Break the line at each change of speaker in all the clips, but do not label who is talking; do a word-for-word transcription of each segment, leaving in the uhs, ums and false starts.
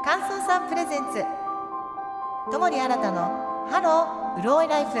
乾燥さんプレゼンツ友利新のハローうろいライフ。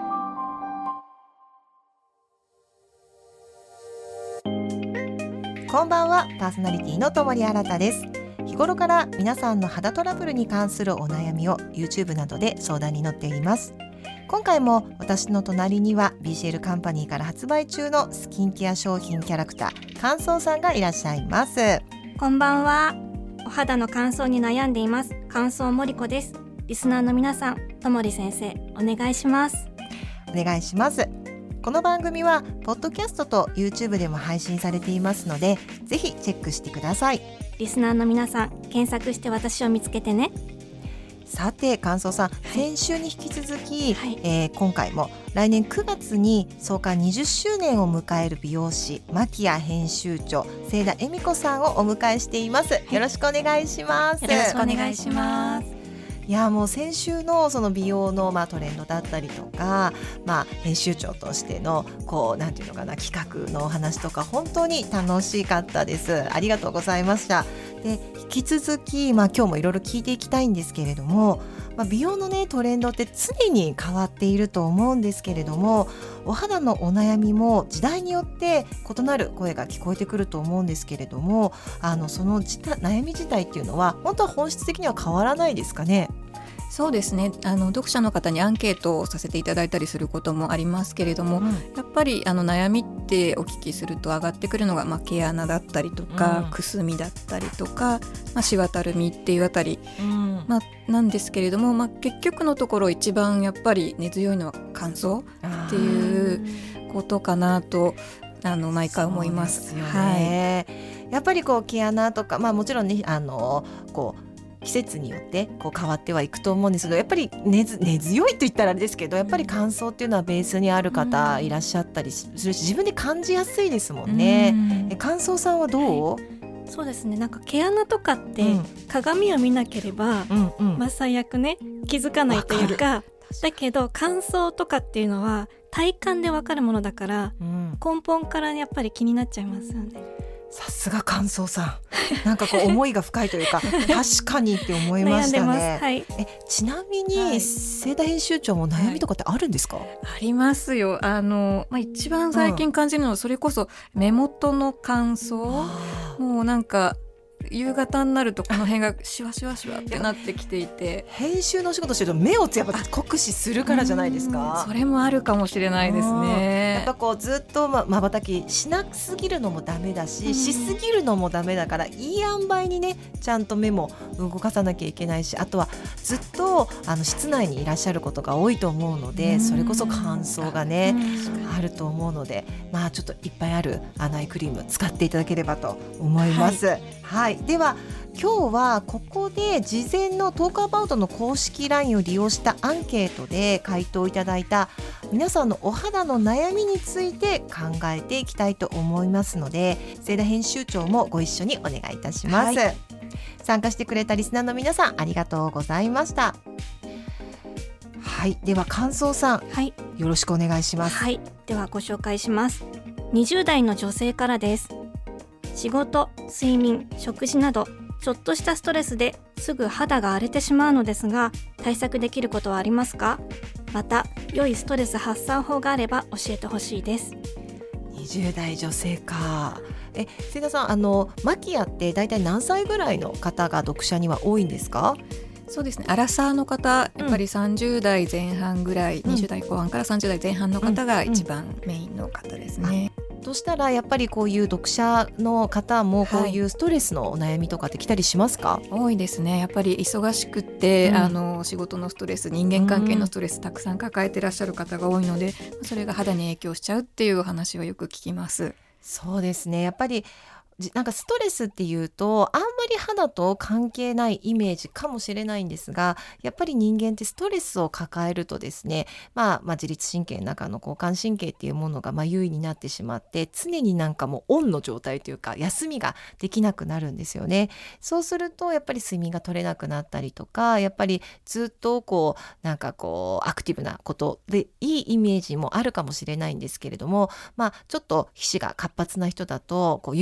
こんばんは、パーソナリティの友利新です。日頃から皆さんの肌トラブルに関するお悩みを YouTube などで相談に乗っています。今回も私の隣には ビーシーエル カンパニーから発売中のスキンケア商品キャラクター乾燥さんがいらっしゃいます。
こんばんは。お肌の乾燥に悩んでいます乾燥もりこです。リスナーの皆さん、友利先生お願いします。
お願いします。この番組はポッドキャストと YouTube でも配信されていますので、ぜひチェックしてください。
リスナーの皆さん、検索して私を見つけてね。
さて乾燥さん、はい、先週に引き続き、
はい、
えー、今回も来年くがつに創刊にじゅっしゅうねんを迎える美容師マキア編集長清田恵美子さんをお迎えしています、はい、よろしくお願いします。
よろしくお願いします。
いやもう先週のその美容のまあトレンドだったりとか、まあ、編集長としてのこうなんていうのかな、企画のお話とか本当に楽しかったです。ありがとうございました。で引き続き、まあ、今日もいろいろ聞いていきたいんですけれども、まあ、美容の、ね、トレンドって常に変わっていると思うんですけれども、お肌のお悩みも時代によって異なる声が聞こえてくると思うんですけれども、あのその自体悩み自体っていうのは本当は本質的には変わらないですかね。
そうですね、あの読者の方にアンケートをさせていただいたりすることもありますけれども、うん、やっぱりあの悩みってお聞きすると上がってくるのが、まあ、毛穴だったりとか、うん、くすみだったりとか、まあ、しわたるみっていうあたり、うんまあ、なんですけれども、まあ、結局のところ一番やっぱり根強いのは乾燥っていうことかなとあの毎回思います。
そうですよね。はい、やっぱりこう毛穴とか、まあ、もちろんねあのこう季節によってこう変わってはいくと思うんですけど、やっぱり 根, 根強いと言ったらあれですけど、やっぱり乾燥っていうのはベースにある方いらっしゃったりするし、自分で感じやすいですもんね。うんえ乾燥さんはどう？はい、
そうですね、なんか毛穴とかって鏡を見なければ、うんうん、まあ、最悪ね気づかないというか、だけど乾燥とかっていうのは体感でわかるものだから、うん、根本からやっぱり気になっちゃいますよね。
さすが乾燥さん、なんかこう思いが深いというか確かにって思いましたね。はい、えちなみに、はい、清田編集長も悩みとかってあるんですか？はい、
ありますよ。あの、まあ、一番最近感じるのはそれこそ目元の乾燥、うん、もうなんか夕方になるとこの辺がシワシワシワってなってきていて、
編集の仕事してると目をやっぱ酷使するからじゃないですか？
それもあるかもしれないですね。
やっぱこうずっとまばたきしなすぎるのもダメだし、しすぎるのもダメだから、いい塩梅にねちゃんと目も動かさなきゃいけないし、あとはずっとあの室内にいらっしゃることが多いと思うので、それこそ乾燥がねあると思うので、まあちょっといっぱいあるアイクリーム使っていただければと思います。はい、はい、では今日はここで事前のトークアバウトの公式 ライン を利用したアンケートで回答いただいた皆さんのお肌の悩みについて考えていきたいと思いますので、清田編集長もご一緒にお願いいたします。はい、参加してくれたリスナーの皆さんありがとうございました。はい、では乾燥さん、はい、よろしくお願いします。
はい、ではご紹介します。にじゅう代の女性からです。仕事、睡眠、食事などちょっとしたストレスですぐ肌が荒れてしまうのですが、対策できることはありますか？また良いストレス発散法があれば教えてほしいです。
にじゅう代女性か。え清田さん、あのマキアって大体何歳ぐらいの方が読者には多いんですか？
そうですね、アラサーの方、やっぱりさんじゅう代前半ぐらい、うん、にじゅう代後半からさんじゅう代前半の方が一番メインの方ですね。
うんうん、としたらやっぱりこういう読者の方もこういうストレスのお悩みとかって来たりしますか？
はい、多いですね。やっぱり忙しくって、うん、あの仕事のストレス、人間関係のストレスたくさん抱えてらっしゃる方が多いので、それが肌に影響しちゃうっていうお話はよく聞きます。
そうですね、やっぱりなんかストレスっていうとあんまり肌と関係ないイメージかもしれないんですが、やっぱり人間ってストレスを抱えるとですね、まあ、まあ自律神経の中の交感神経っていうものがまあ優位になってしまって、常になんかもうオンの状態というか休みができなくなるんですよね。そうするとやっぱり睡眠が取れなくなったりとか、やっぱりずっとこうなんかこうアクティブなことでいいイメージもあるかもしれないんですけれども、まあちょっと皮脂が活発な人だとこう油分が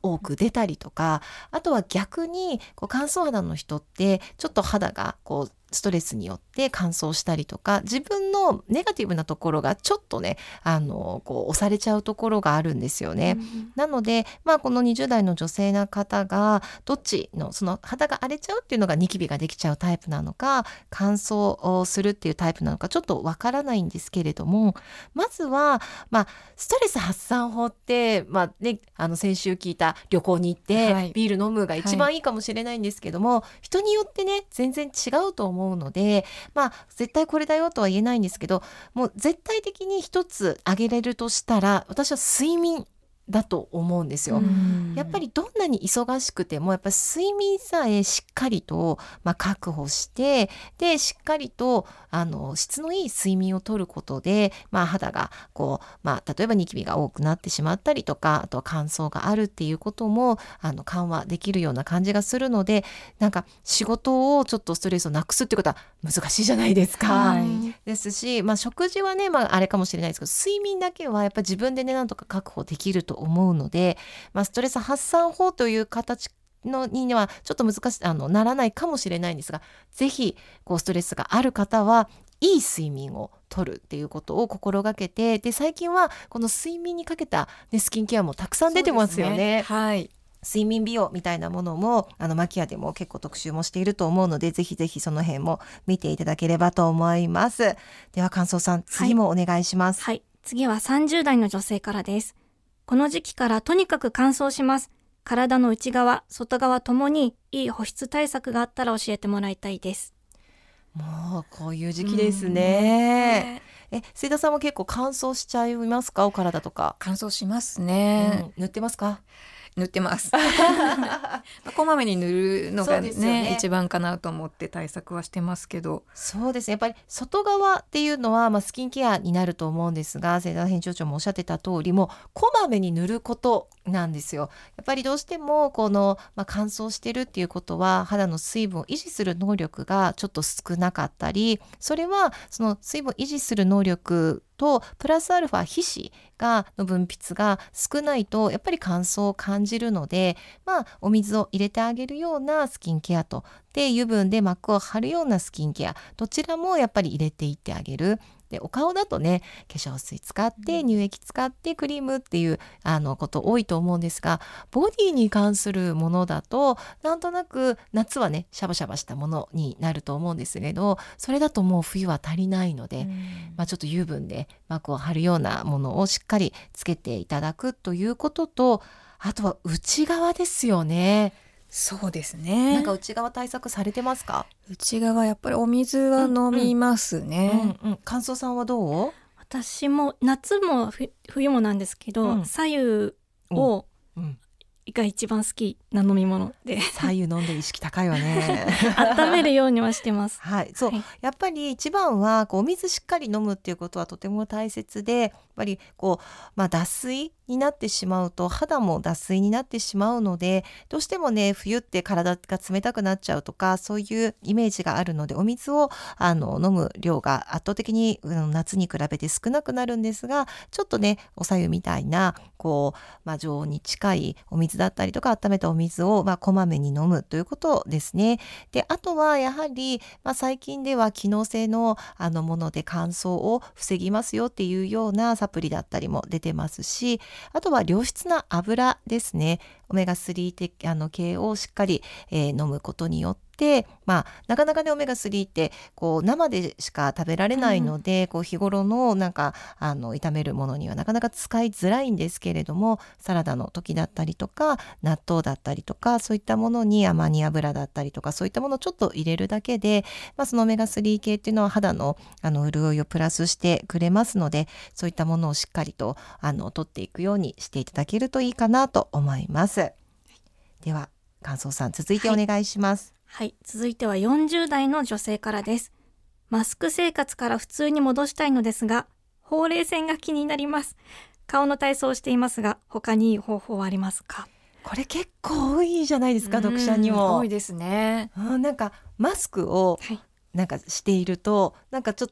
多く出たりとか、あとは逆にこう乾燥肌の人ってちょっと肌がこうストレスによって乾燥したりとか、自分のネガティブなところがちょっとねあのこう押されちゃうところがあるんですよね、うん、なので、まあ、このにじゅう代の女性の方がどっちのその肌が荒れちゃうっていうのがニキビができちゃうタイプなのか、乾燥をするっていうタイプなのかちょっとわからないんですけれども、まずは、まあ、ストレス発散法って、まあね、あの先週聞いた旅行に行って、はい、ビール飲むが一番いいかもしれないんですけども、はい、人によってね全然違うと思うので、まあ、絶対これだよとは言えないんですけど、もう絶対的に一つ挙げれるとしたら私は睡眠だと思うんですよ。やっぱりどんなに忙しくてもやっぱり睡眠さえしっかりと、まあ、確保して、でしっかりとあの質のいい睡眠をとることで、まあ、肌がこう、まあ、例えばニキビが多くなってしまったりとか、あとは乾燥があるっていうこともあの緩和できるような感じがするので、なんか仕事をちょっとストレスをなくすってことは難しいじゃないですか、はい、ですし、まあ、食事はね、まあ、あれかもしれないですけど、睡眠だけはやっぱり自分でねなんとか確保できると思うので、まあ、ストレス発散法という形のにはちょっと難しいあのならないかもしれないんですが、ぜひこうストレスがある方はいい睡眠をとるっていうことを心がけて、で最近はこの睡眠にかけた、ね、スキンケアもたくさん出てますよ ね, ね、はい、睡眠美容みたいなものもあのマキアでも結構特集もしていると思うので、ぜひぜひその辺も見ていただければと思います。では乾燥さん、次もお願いします。
はい、はい、次はさんじゅう代の女性からです。この時期からとにかく乾燥します。体の内側、外側ともにいい保湿対策があったら教えてもらいたいです。
もうこういう時期ですね。え、水田さんも結構乾燥しちゃいますか？お体とか。
乾燥しますね、
うん、塗ってますか？
塗ってますこまめに塗るのが ね, ね一番かなと思って対策はしてますけど。
そうですね、やっぱり外側っていうのは、まあ、スキンケアになると思うんですが、清田編集長もおっしゃってた通り、もうこまめに塗ることなんですよ。やっぱりどうしてもこの、まあ、乾燥してるっていうことは肌の水分を維持する能力がちょっと少なかったり、それはその水分を維持する能力とプラスアルファ皮脂がの分泌が少ないとやっぱり乾燥を感じるので、まあ、お水を入れてあげるようなスキンケアと、で油分で膜を張るようなスキンケア、どちらもやっぱり入れていってあげる。でお顔だとね、化粧水使って乳液使ってクリームっていうあのこと多いと思うんですが、ボディに関するものだとなんとなく夏はねシャバシャバしたものになると思うんですけど、それだともう冬は足りないので、まあ、ちょっと油分で膜を張るようなものをしっかりつけていただくということと、あとは内側ですよね。
そうですね。
なんか内側対策されてますか？
内側やっぱりお水は飲みますね。
うんうん、乾燥さんはどう？
私も夏も冬もなんですけど、うん、左右を、うんが一番好きな飲み物で
左右飲んで意識高いわね
温めるようにはしてます。
はい、そう、はい、やっぱり一番はこうお水しっかり飲むっていうことはとても大切で、やっぱりこう、まあ、脱水になってしまうと肌も脱水になってしまうので、どうしてもね冬って体が冷たくなっちゃうとかそういうイメージがあるので、お水をあの飲む量が圧倒的に、うん、夏に比べて少なくなるんですが、ちょっとねお白湯みたいなこう、まあ、常温に近いお水だったりとか温めたお水を、まあ、こまめに飲むということですね。であとはやはり、まあ、最近では機能性のあのもので乾燥を防ぎますよっていうようなサプリだったりも出てますし、あとは良質な油ですね、オメガスリー的あの系をしっかり、えー、飲むことによって、まあ、なかなかねオメガスリーってこう生でしか食べられないので、うん、こう日頃のなんかあの炒めるものにはなかなか使いづらいんですけれども、サラダの時だったりとか納豆だったりとかそういったものにアマニ油だったりとかそういったものをちょっと入れるだけで、まあ、そのオメガスリー系っていうのは肌のあの潤いをプラスしてくれますので、そういったものをしっかりとあの取っていくようにしていただけるといいかなと思います。では乾燥さん続いてお願いします。
はい、はい、続いてはよんじゅう代の女性からです。マスク生活から普通に戻したいのですが、ほうれい線が気になります。顔の体操をしていますが、他にいい方法はありますか？
これ結構多いじゃないですか、読者にも。
多いですね。
うん、なんかマスクをなんかしていると、なんかちょっと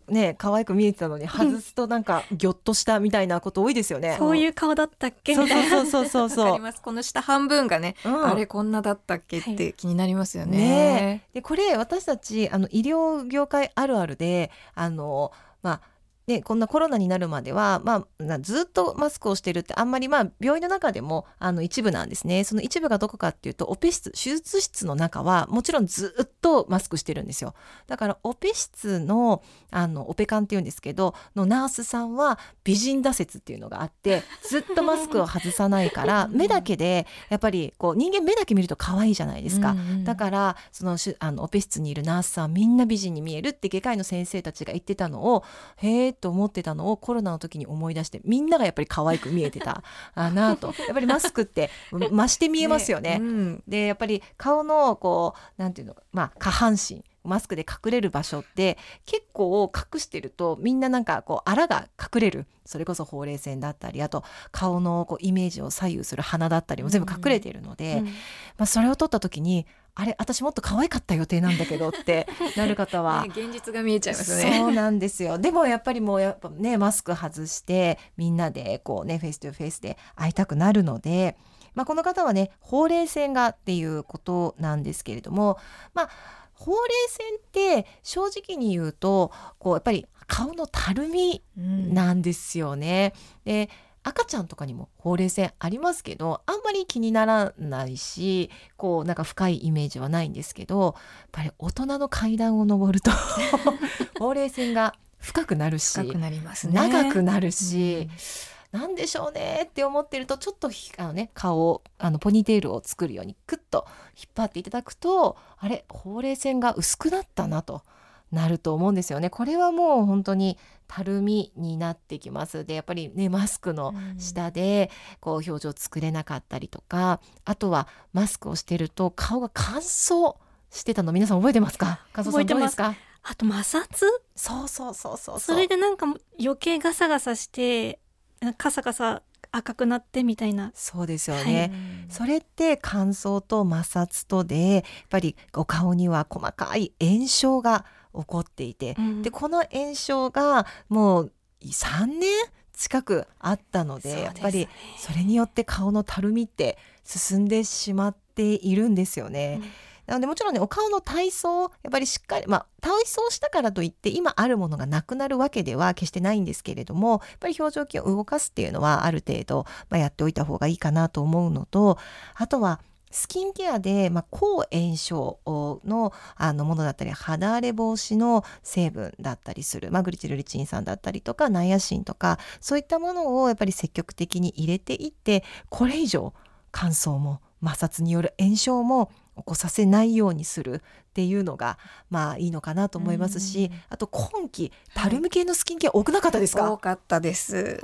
ね可愛く見えてたのに外すとなんかギョッとしたみたいなこと多いですよね。
そういう顔だったっけ
そう
みたいな。
そうそうそうそう
わかります。この下半分がね、
うん
あれこんなだったっけって気になりますよね。
ねでこれ私たちあの医療業界あるあるであのまあね、こんなコロナになるまでは、まあ、なずっとマスクをしてるってあんまり、まあ、病院の中でもあの一部なんですね。その一部がどこかっていうとオペ室手術室の中はもちろんずっとマスクしてるんですよ。だからオペ室 の, あのオペカンっていうんですけどのナースさんは美人打説っていうのがあってずっとマスクを外さないから目だけでやっぱりこう人間目だけ見ると可愛いじゃないですか、
うんうん、
だからそのあのオペ室にいるナースさんみんな美人に見えるって外科医の先生たちが言ってたのをへーと思ってたのをコロナの時に思い出してみんながやっぱり可愛く見えてたなと。やっぱりマスクって増して見えますよね。ね、うん、でやっぱり顔のこうなんていうの、まあ、下半身マスクで隠れる場所って結構隠してるとみんななんかこうあらが隠れる、それこそほうれい線だったりあと顔のこうイメージを左右する鼻だったりも全部隠れているので、うんうん、まあ、それを撮った時にあれ私もっと可愛かった予定なんだけどってなる方は、
ね、現実が見えちゃいますね。
そうなんですよ。でもやっぱりもうやっぱねマスク外してみんなでこうねフェイストゥフェイスで会いたくなるので、まあ、この方はねほうれい線がっていうことなんですけれども、まあほうれい線って正直に言うとこうやっぱり顔のたるみなんですよね、うん、で赤ちゃんとかにもほうれい線ありますけどあんまり気にならないしこうなんか深いイメージはないんですけど、やっぱり大人の階段を上るとほうれい線が深くなるし
深くなりますね、
長くなるし、うん、なんでしょうねって思ってるとちょっとあの、ね、顔をあのポニーテールを作るようにクッと引っ張っていただくとあれほうれい線が薄くなったなとなると思うんですよね。これはもう本当にたるみになってきますで、やっぱりねマスクの下でこう表情作れなかったりとか、あとはマスクをしてると顔が乾燥してたの皆さん覚えてますか？乾燥さんどうですか？
あと摩擦、
そうそうそうそう
それでなんか余計ガサガサしてカサカサ赤くなってみたいな。
そうですよね、
はい、
それって乾燥と摩擦とでやっぱりお顔には細かい炎症が起こっていて、うん、でこの炎症がもうさんねん近くあったの で, で、ね、やっぱりそれによって顔のたるみって進んでしまっているんですよね、うん、なのでもちろんねお顔の体操やっぱりしっかり、まあ、体操したからといって今あるものがなくなるわけでは決してないんですけれども、やっぱり表情筋を動かすっていうのはある程度、まあ、やっておいた方がいいかなと思うのと、あとはスキンケアで、まあ、抗炎症 の, あのものだったり肌荒れ防止の成分だったりする、まあ、グリチルリチン酸だったりとかナイアシンとかそういったものをやっぱり積極的に入れていって、これ以上乾燥も摩擦による炎症も起こさせないようにするっていうのがまあいいのかなと思いますし、あと今期たるみ系のスキンケア多くなかったですか？
はい、多かったです。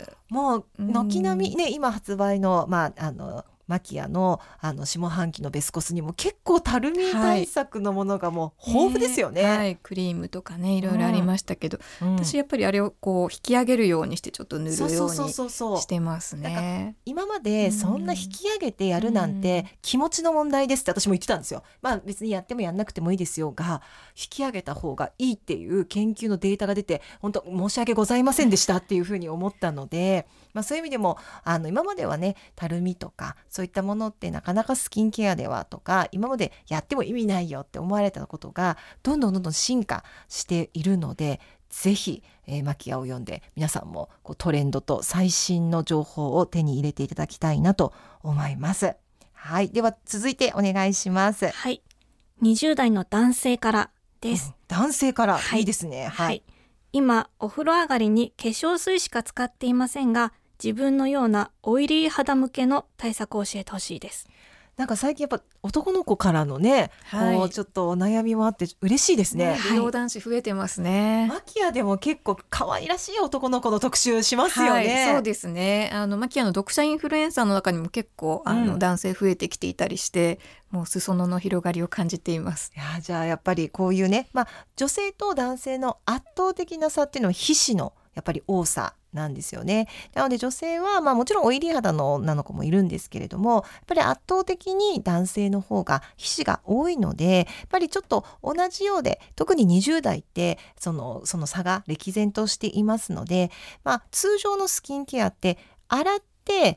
もう軒並みね今発売のまああのマキア の, あの下半期のベスコスにも結構たるみ対策のものがもう豊富ですよね、
はいはい、クリームとかねいろいろありましたけど、うん、私やっぱりあれをこう引き上げるようにしてちょっと塗るようにしてますね。
今までそんな引き上げてやるなんて気持ちの問題ですって私も言ってたんですよ。まあ別にやってもやんなくてもいいですよが、引き上げた方がいいっていう研究のデータが出て本当申し訳ございませんでしたっていうふうに思ったので、まあ、そういう意味でもあの今まではねたるみとかそういったものってなかなかスキンケアではとか今までやっても意味ないよって思われたことがどんどんどんどん進化しているので、ぜひ、えー、マキアを読んで皆さんもこうトレンドと最新の情報を手に入れていただきたいなと思います。はい、では続いてお願いします。
はい、にじゅう代の男性からです、
うん、男性から、
はい、
いいですね、はい
はい、今お風呂上がりに化粧水しか使っていませんが、自分のようなオイリー肌向けの対策を教えてほしいです。
なんか最近やっぱ男の子からのね、はい、こうちょっとお悩みもあって嬉しいですね。
美容男子増えてますね、
はい、マキアでも結構可愛らしい男の子の特集しますよね、
はい、そうですね。あのマキアの読者インフルエンサーの中にも結構あの、うん、男性増えてきていたりしてもう裾野の広がりを感じています。
いやじゃあやっぱりこういうね、まあ、女性と男性の圧倒的な差っていうのは皮脂のやっぱり多さなんですよね。なので女性は、まあ、もちろんオイリー肌の女の子もいるんですけれども、やっぱり圧倒的に男性の方が皮脂が多いので、やっぱりちょっと同じようで、特ににじゅう代ってその、その差が歴然としていますので、まあ、通常のスキンケアって洗って、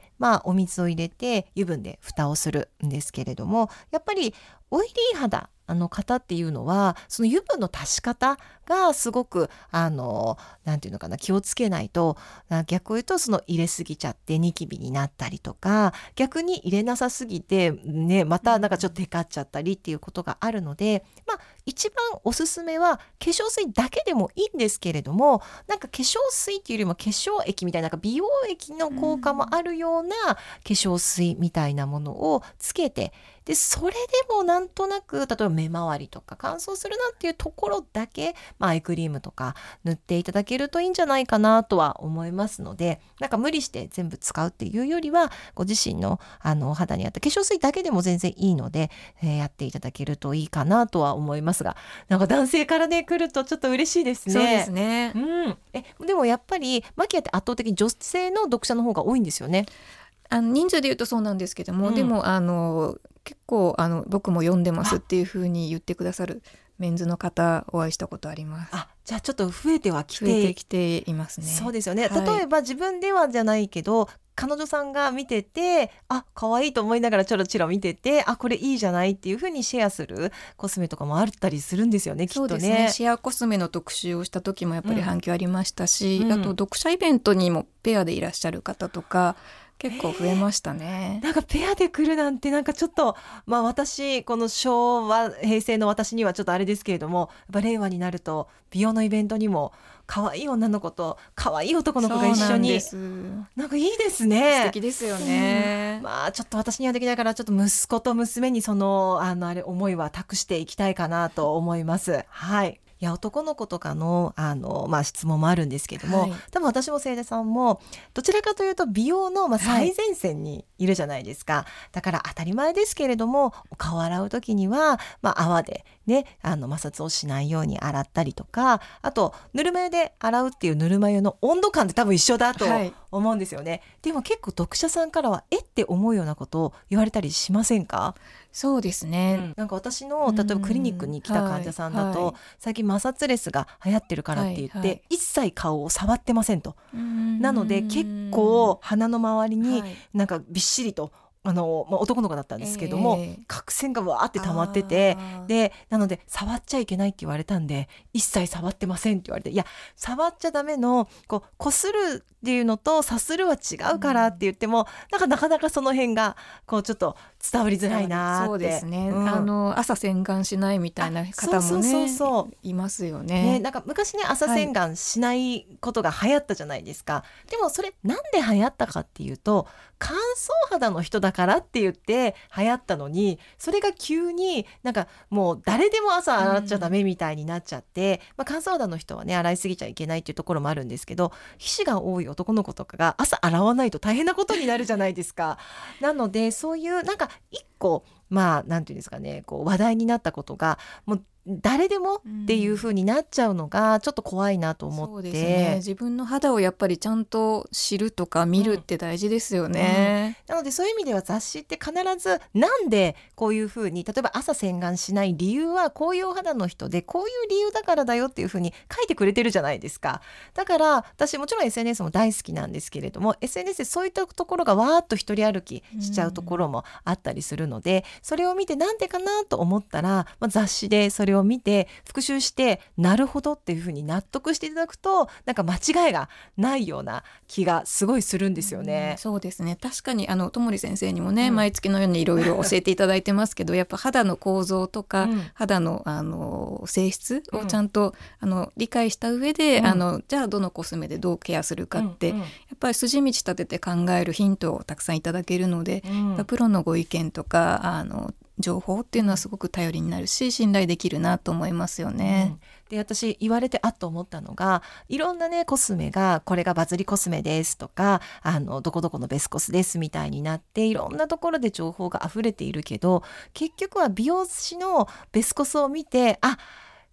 まあ、お水を入れて油分で蓋をするんですけれども、やっぱりオイリー肌あの方っていうのはその油分の足し方がすごくあのなんていうのかな、気をつけないと、逆を言うとその入れすぎちゃってニキビになったりとか、逆に入れなさすぎてね、またなんかちょっとテカっちゃったりっていうことがあるので、まあ一番おすすめは化粧水だけでもいいんですけれども、なんか化粧水っていうよりも化粧液みたいな、なんか美容液の効果もあるような化粧水みたいなものをつけて、でそれでもなんとなく例えば目周りとか乾燥するなっていうところだけ、まあ、アイクリームとか塗っていただけるといいんじゃないかなとは思いますので、なんか無理して全部使うっていうよりはご自身のあのお肌に合った化粧水だけでも全然いいので、えーやっていただけるといいかなとは思いますが、なんか男性からね来るとちょっと嬉しいですね。
そうですね、
うん、えでもやっぱりマキアって圧倒的に女性の読者の方が多いんですよね。
あの人数で言うとそうなんですけども、
うん、
でもあの結構あの僕も読んでますっていう風に言ってくださるメンズの方お会いしたことあります。
あ、じゃあちょっと増えてはきて
増えてきていますね。
そうですよね、
はい、
例えば自分ではじゃないけど彼女さんが見てて、あ、可愛いと思いながらちょろちょろ見てて、あ、これいいじゃないっていう風にシェアするコスメとかもあったりするんですよね、きっとね。
そうですね、シェアコスメの特集をした時もやっぱり反響ありましたし、
うん、
あと読者イベントにもペアでいらっしゃる方とか結構増えましたね。
えー、なんかペアで来るなんて、なんかちょっとまあ私この昭和平成の私にはちょっとあれですけれども、やっぱ令和になると美容のイベントにも可愛い女の子と可愛い男の子が一緒に、
そうなんです。
なんかいいですね。
素敵ですよね、
うん、まあちょっと私にはできないから、ちょっと息子と娘にそのあのあれ思いは託していきたいかなと思います。はい。いや、男の子とかの、あの、まあ、質問もあるんですけども、はい、多分私もせいでさんもどちらかというと美容の、まあ、最前線にいるじゃないですか、はい、だから当たり前ですけれども、お顔を洗う時には、まあ、泡でね、あの摩擦をしないように洗ったりとか、あとぬるま湯で洗うっていうぬるま湯の温度感って多分一緒だと思うんですよね、はい、でも結構読者さんからはえって思うようなことを言われたりしませんか？
そうですね、
うん、なんか私の例えばクリニックに来た患者さんだと、はいはい、最近摩擦レスが流行ってるからって言って、はいはい、一切顔を触ってませんと。なので結構鼻の周りになんかびっしりとあの、まあ、男の子だったんですけども、えー、角栓がわーって溜まってて、でなので触っちゃいけないって言われたんで一切触ってませんって言われて、いや触っちゃダメのこうこするっていうのとさするは違うからって言っても、うん、なんかなかなかその辺がこうちょっと伝わりづらいなって。
そうですね、うん、あの朝洗顔しないみたいな方もね、そうそうそうそういますよ ね,
ね。なんか昔ね朝洗顔しないことが流行ったじゃないですか、はい、でもそれなんで流行ったかっていうと乾燥肌の人だからって言って流行ったのに、それが急になんかもう誰でも朝洗っちゃダメみたいになっちゃって、うんまあ、乾燥肌の人はね洗いすぎちゃいけないっていうところもあるんですけど、皮脂が多い男の子とかが朝洗わないと大変なことになるじゃないですかなのでそういうなんか一個まあなんていうんですかね、こう話題になったことがもう誰でもっていう風になっちゃうのがちょっと怖いなと思って、
そうですね、自分の肌をやっぱりちゃんと知るとか見るって大事ですよね、
うんうん、なのでそういう意味では雑誌って必ずなんでこういう風に例えば朝洗顔しない理由はこういうお肌の人でこういう理由だからだよっていう風に書いてくれてるじゃないですか。だから私もちろん エスエヌエス も大好きなんですけれども エスエヌエス でそういったところがわーっと一人歩きしちゃうところもあったりするので、それを見てなんでかなと思ったら、まあ、雑誌でそれを見て復習してなるほどっていう風に納得していただくとなんか間違いがないような気がすごいするんですよね、
うん、そうですね、確かにあのともり先生にもね、うん、毎月のようにいろいろ教えていただいてますけどやっぱ肌の構造とか、うん、肌の、あの性質をちゃんと、うん、あの理解した上で、うん、あのじゃあどのコスメでどうケアするかって、うんうん、やっぱり筋道立てて考えるヒントをたくさんいただけるので、うん、プロのご意見とかあの情報っていうのはすごく頼りになるし信頼できるなと思いますよね、
うん、で私言われてあっと思ったのがいろんなねコスメがこれがバズりコスメですとかあのどこどこのベスコスですみたいになっていろんなところで情報が溢れているけど結局は美容師のベスコスを見てあ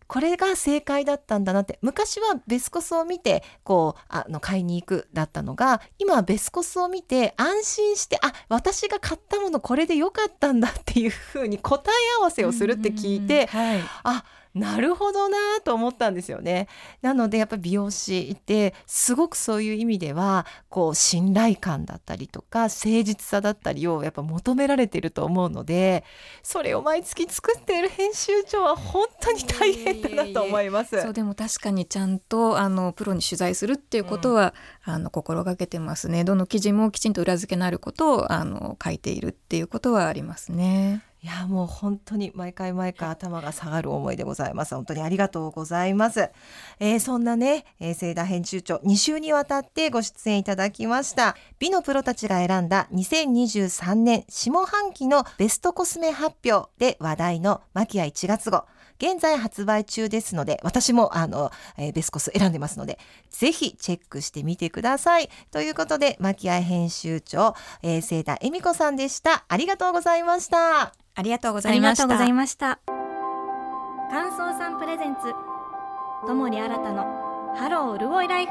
これが正解だったんだなって。昔はベスコスを見てこうあの買いに行くだったのが、今はベスコスを見て安心して、あ、私が買ったものこれで良かったんだっていう風に答え合わせをするって聞いて、
はい、
あ、なるほどなと思ったんですよね。なのでやっぱり美容師ってすごくそういう意味ではこう信頼感だったりとか誠実さだったりをやっぱ求められていると思うので、それを毎月作っている編集長は本当に大変だなと思います。
そう、でも確かにちゃんとあのプロに取材するっていうことは、うん、あの心がけてますね。どの記事もきちんと裏付けのあることをあの書いているっていうことはありますね。
いやもう本当に毎回毎回頭が下がる思いでございます。本当にありがとうございます。えー、そんなね、えー、清田編集長に週にわたってご出演いただきました。美のプロたちが選んだにせんにじゅうさんねん下半期のベストコスメ発表で話題のマキアいちがつご、現在発売中ですので、私もあの、えー、ベスコス選んでますので、ぜひチェックしてみてください。ということで、マキア編集長、えー、清田恵美子さんでした。ありがとうございました。
ありがとうございました。
ありがとうございました。感想さんプレゼンツ、友利新のハロー潤いライフ。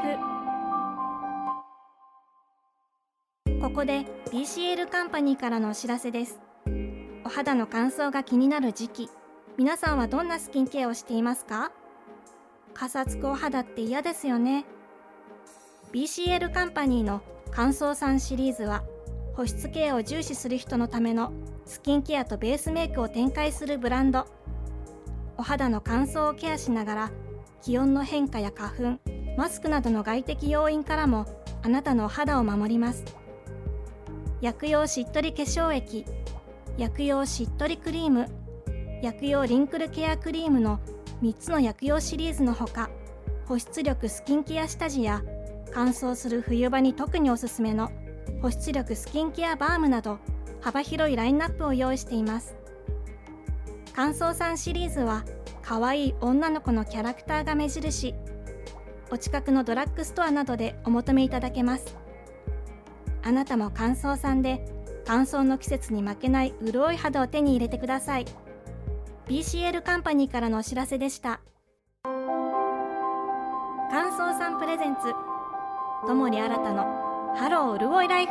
ここで ビーシーエル カンパニーからのお知らせです。お肌の乾燥が気になる時期、皆さんはどんなスキンケアをしていますか？かさつくお肌って嫌ですよね。 ビーシーエル カンパニーの乾燥さんシリーズは、保湿ケアを重視する人のためのスキンケアとベースメイクを展開するブランド。お肌の乾燥をケアしながら、気温の変化や花粉、マスクなどの外的要因からもあなたのお肌を守ります。薬用しっとり化粧液、薬用しっとりクリーム、薬用リンクルケアクリームのみっつの薬用シリーズのほか、保湿力スキンケア下地や乾燥する冬場に特におすすめの保湿力スキンケアバームなど、幅広いラインナップを用意しています。乾燥さんシリーズは可愛い女の子のキャラクターが目印。お近くのドラッグストアなどでお求めいただけます。あなたも乾燥さんで乾燥の季節に負けない潤い肌を手に入れてください。 ビーシーエル カンパニーからのお知らせでした。乾燥さんプレゼンツ、友利新のハロー潤いライフ。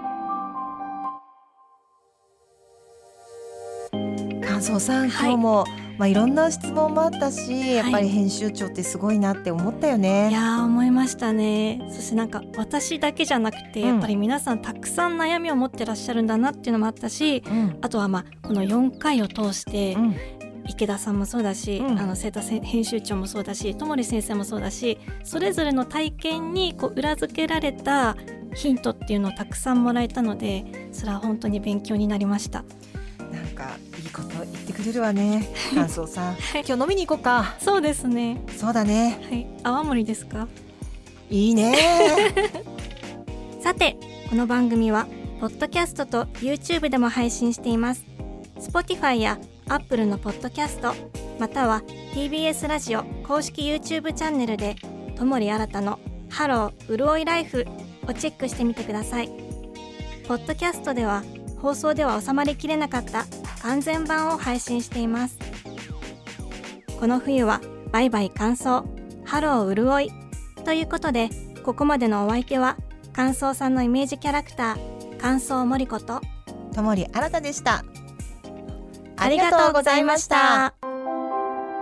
乾燥さん、
はい、
今日も、まあ、いろんな質問もあったし、やっぱり編集長ってすごいなって思ったよね。
いやー、思いましたね。そしてなんか私だけじゃなくて、
うん、
やっぱり皆さんたくさん悩みを持ってらっしゃるんだなっていうのもあったし、うん、あとはまあこのよんかいを通して、うん、池田さんもそうだし、うん、あの清田編集長もそうだし、友利先生もそうだし、それぞれの体験にこう裏付けられたヒントっていうのをたくさんもらえたので、それは本当に勉強になりました。
なんかいいこと言ってくれるわね、乾燥さん、はい、今日飲みに行こうか。
そうですね。
そうだね、
はい、泡盛ですか？
いいね
さて、この番組はポッドキャストと YouTube でも配信しています。 Spotify や Apple のポッドキャスト、または ティービーエス ラジオ公式 YouTube チャンネルで友利新のハロー潤いライフをチェックしてみてください。ポッドキャストでは放送では収まりきれなかった完全版を配信しています。この冬はバイバイ乾燥、ハロー潤いということで、ここまでのお相手は乾燥さんのイメージキャラクター、乾燥森子と
友利新でした。
ありがとうございました。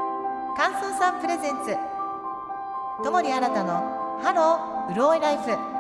乾燥さんプレゼンツ、友利新のハロー潤いライフ。